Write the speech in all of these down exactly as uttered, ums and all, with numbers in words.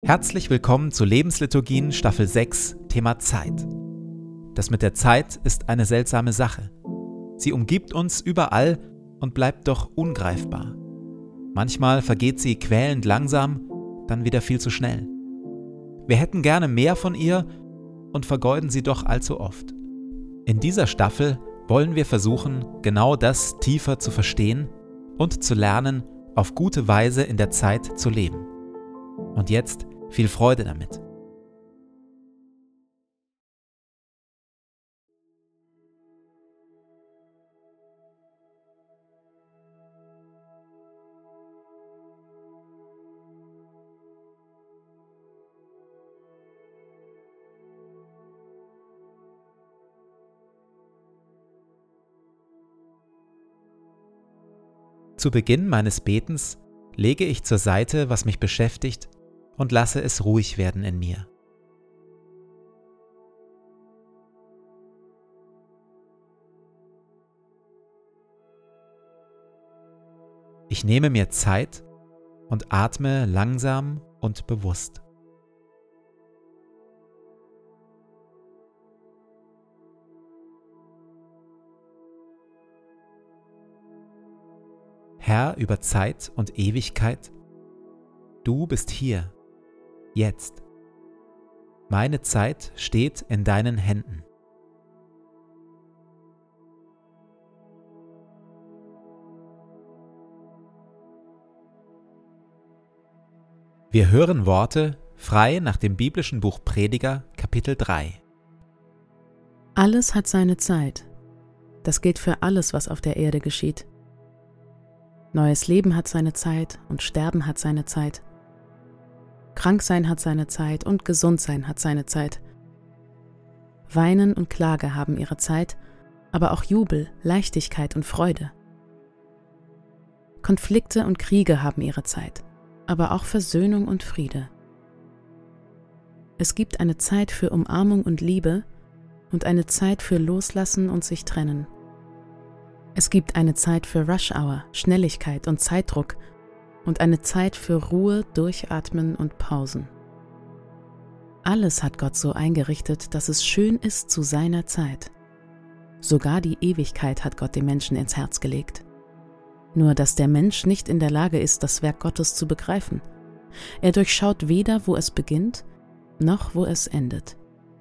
Herzlich willkommen zu Lebensliturgien Staffel sechs, Thema Zeit. Das mit der Zeit ist eine seltsame Sache. Sie umgibt uns überall und bleibt doch ungreifbar. Manchmal vergeht sie quälend langsam, dann wieder viel zu schnell. Wir hätten gerne mehr von ihr und vergeuden sie doch allzu oft. In dieser Staffel wollen wir versuchen, genau das tiefer zu verstehen und zu lernen, auf gute Weise in der Zeit zu leben. Und jetzt viel Freude damit. Zu Beginn meines Betens lege ich zur Seite, was mich beschäftigt, und lasse es ruhig werden in mir. Ich nehme mir Zeit und atme langsam und bewusst. Herr über Zeit und Ewigkeit, du bist hier, jetzt. Meine Zeit steht in deinen Händen. Wir hören Worte frei nach dem biblischen Buch Prediger, Kapitel drei. Alles hat seine Zeit. Das gilt für alles, was auf der Erde geschieht. Neues Leben hat seine Zeit und Sterben hat seine Zeit. Kranksein hat seine Zeit und Gesundsein hat seine Zeit. Weinen und Klage haben ihre Zeit, aber auch Jubel, Leichtigkeit und Freude. Konflikte und Kriege haben ihre Zeit, aber auch Versöhnung und Friede. Es gibt eine Zeit für Umarmung und Liebe und eine Zeit für Loslassen und sich trennen. Es gibt eine Zeit für Rush Hour, Schnelligkeit und Zeitdruck und eine Zeit für Ruhe, Durchatmen und Pausen. Alles hat Gott so eingerichtet, dass es schön ist zu seiner Zeit. Sogar die Ewigkeit hat Gott dem Menschen ins Herz gelegt. Nur dass der Mensch nicht in der Lage ist, das Werk Gottes zu begreifen. Er durchschaut weder, wo es beginnt, noch wo es endet.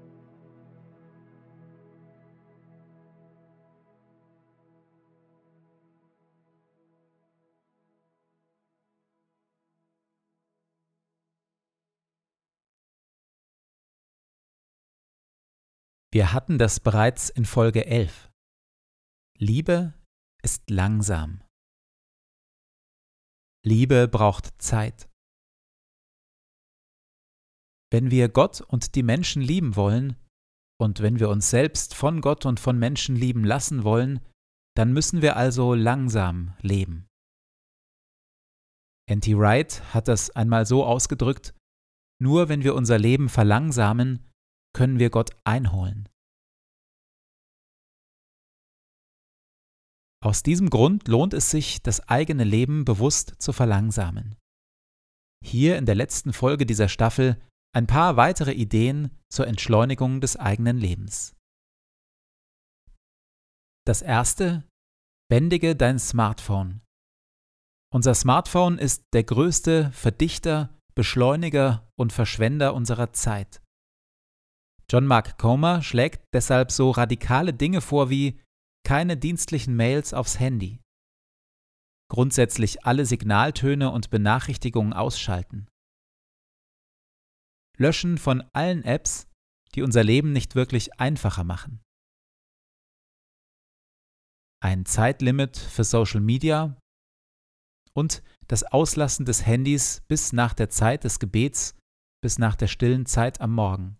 Wir hatten das bereits in Folge elf. Liebe ist langsam. Liebe braucht Zeit. Wenn wir Gott und die Menschen lieben wollen und wenn wir uns selbst von Gott und von Menschen lieben lassen wollen, dann müssen wir also langsam leben. N T Wright hat das einmal so ausgedrückt: Nur wenn wir unser Leben verlangsamen, können wir Gott einholen. Aus diesem Grund lohnt es sich, das eigene Leben bewusst zu verlangsamen. Hier in der letzten Folge dieser Staffel ein paar weitere Ideen zur Entschleunigung des eigenen Lebens. Das erste: Bändige dein Smartphone. Unser Smartphone ist der größte Verdichter, Beschleuniger und Verschwender unserer Zeit. John Mark Comer schlägt deshalb so radikale Dinge vor wie keine dienstlichen Mails aufs Handy, grundsätzlich alle Signaltöne und Benachrichtigungen ausschalten, Löschen von allen Apps, die unser Leben nicht wirklich einfacher machen, ein Zeitlimit für Social Media und das Auslassen des Handys bis nach der Zeit des Gebets, bis nach der stillen Zeit am Morgen.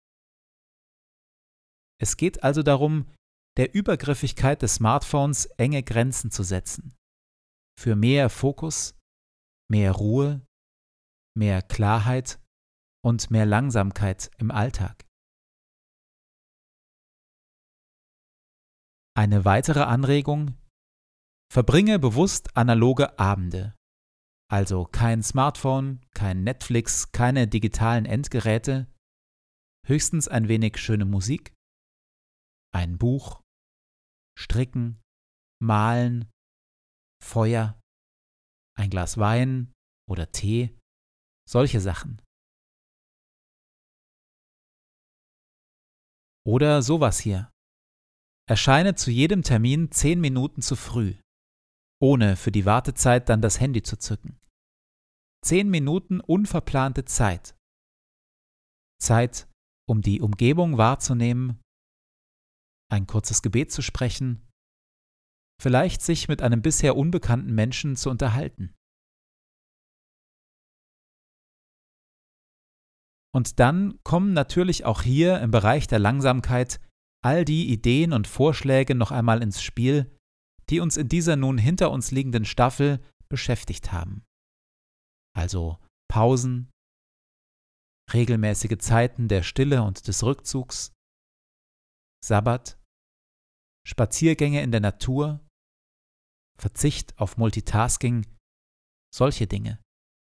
Es geht also darum, der Übergriffigkeit des Smartphones enge Grenzen zu setzen. Für mehr Fokus, mehr Ruhe, mehr Klarheit und mehr Langsamkeit im Alltag. Eine weitere Anregung: Verbringe bewusst analoge Abende. Also kein Smartphone, kein Netflix, keine digitalen Endgeräte, höchstens ein wenig schöne Musik, ein Buch, Stricken, Malen, Feuer, ein Glas Wein oder Tee, solche Sachen. Oder sowas hier. Erscheine zu jedem Termin zehn Minuten zu früh, ohne für die Wartezeit dann das Handy zu zücken. Zehn Minuten unverplante Zeit. Zeit, um die Umgebung wahrzunehmen, ein kurzes Gebet zu sprechen, vielleicht sich mit einem bisher unbekannten Menschen zu unterhalten. Und dann kommen natürlich auch hier im Bereich der Langsamkeit all die Ideen und Vorschläge noch einmal ins Spiel, die uns in dieser nun hinter uns liegenden Staffel beschäftigt haben. Also Pausen, regelmäßige Zeiten der Stille und des Rückzugs, Sabbat, Spaziergänge in der Natur, Verzicht auf Multitasking, solche Dinge.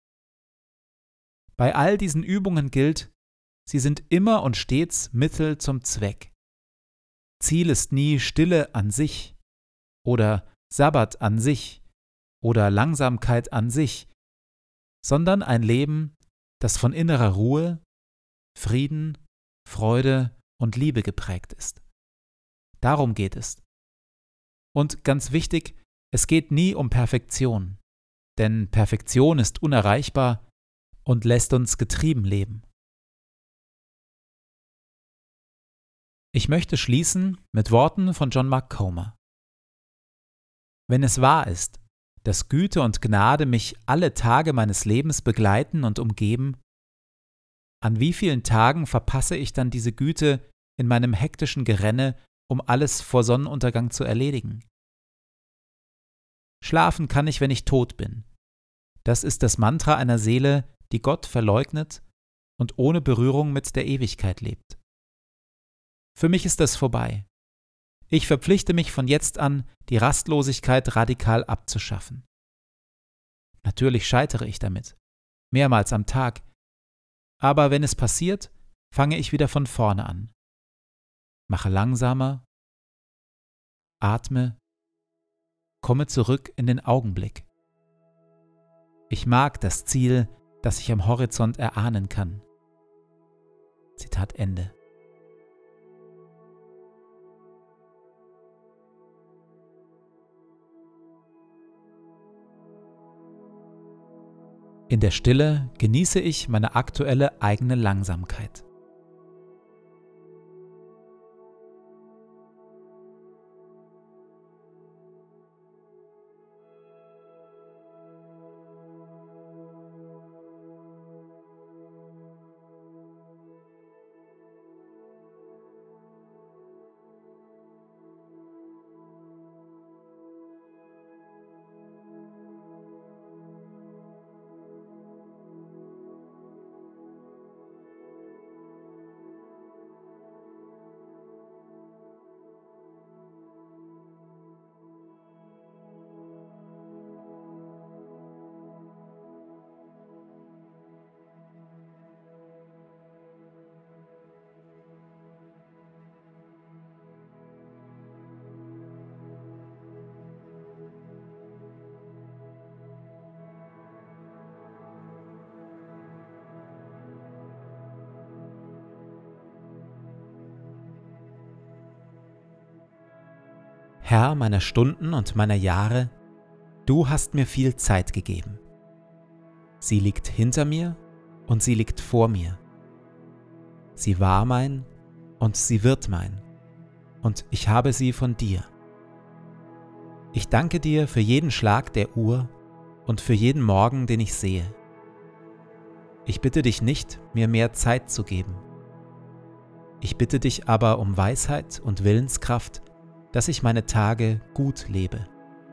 Bei all diesen Übungen gilt, sie sind immer und stets Mittel zum Zweck. Ziel ist nie Stille an sich oder Sabbat an sich oder Langsamkeit an sich, sondern ein Leben, das von innerer Ruhe, Frieden, Freude und Liebe geprägt ist. Darum geht es. Und ganz wichtig, es geht nie um Perfektion, denn Perfektion ist unerreichbar und lässt uns getrieben leben. Ich möchte schließen mit Worten von John Mark Comer. Wenn es wahr ist, dass Güte und Gnade mich alle Tage meines Lebens begleiten und umgeben, an wie vielen Tagen verpasse ich dann diese Güte in meinem hektischen Gerenne, um alles vor Sonnenuntergang zu erledigen? Schlafen kann ich, wenn ich tot bin. Das ist das Mantra einer Seele, die Gott verleugnet und ohne Berührung mit der Ewigkeit lebt. Für mich ist das vorbei. Ich verpflichte mich von jetzt an, die Rastlosigkeit radikal abzuschaffen. Natürlich scheitere ich damit, mehrmals am Tag, aber wenn es passiert, fange ich wieder von vorne an. Mache langsamer, atme, komme zurück in den Augenblick. Ich mag das Ziel, das ich am Horizont erahnen kann. Zitat Ende. In der Stille genieße ich meine aktuelle eigene Langsamkeit. Herr meiner Stunden und meiner Jahre, du hast mir viel Zeit gegeben. Sie liegt hinter mir und sie liegt vor mir. Sie war mein und sie wird mein, und ich habe sie von dir. Ich danke dir für jeden Schlag der Uhr und für jeden Morgen, den ich sehe. Ich bitte dich nicht, mir mehr Zeit zu geben. Ich bitte dich aber um Weisheit und Willenskraft, dass ich meine Tage gut lebe.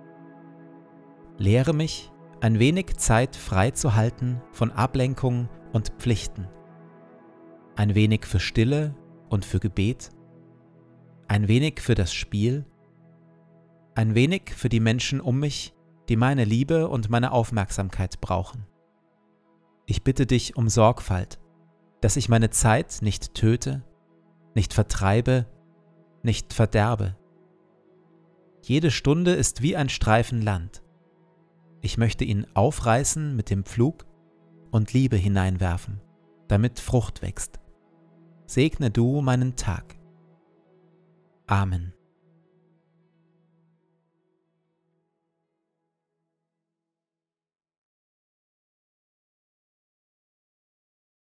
Lehre mich, ein wenig Zeit frei zu halten von Ablenkung und Pflichten. Ein wenig für Stille und für Gebet, ein wenig für das Spiel, ein wenig für die Menschen um mich die meine Liebe und meine Aufmerksamkeit brauchen. Ich bitte dich um Sorgfalt, dass ich meine Zeit nicht töte, nicht vertreibe, nicht verderbe. Jede Stunde ist wie ein Streifen Land. Ich möchte ihn aufreißen mit dem Pflug und Liebe hineinwerfen, damit Frucht wächst. Segne du meinen Tag. Amen.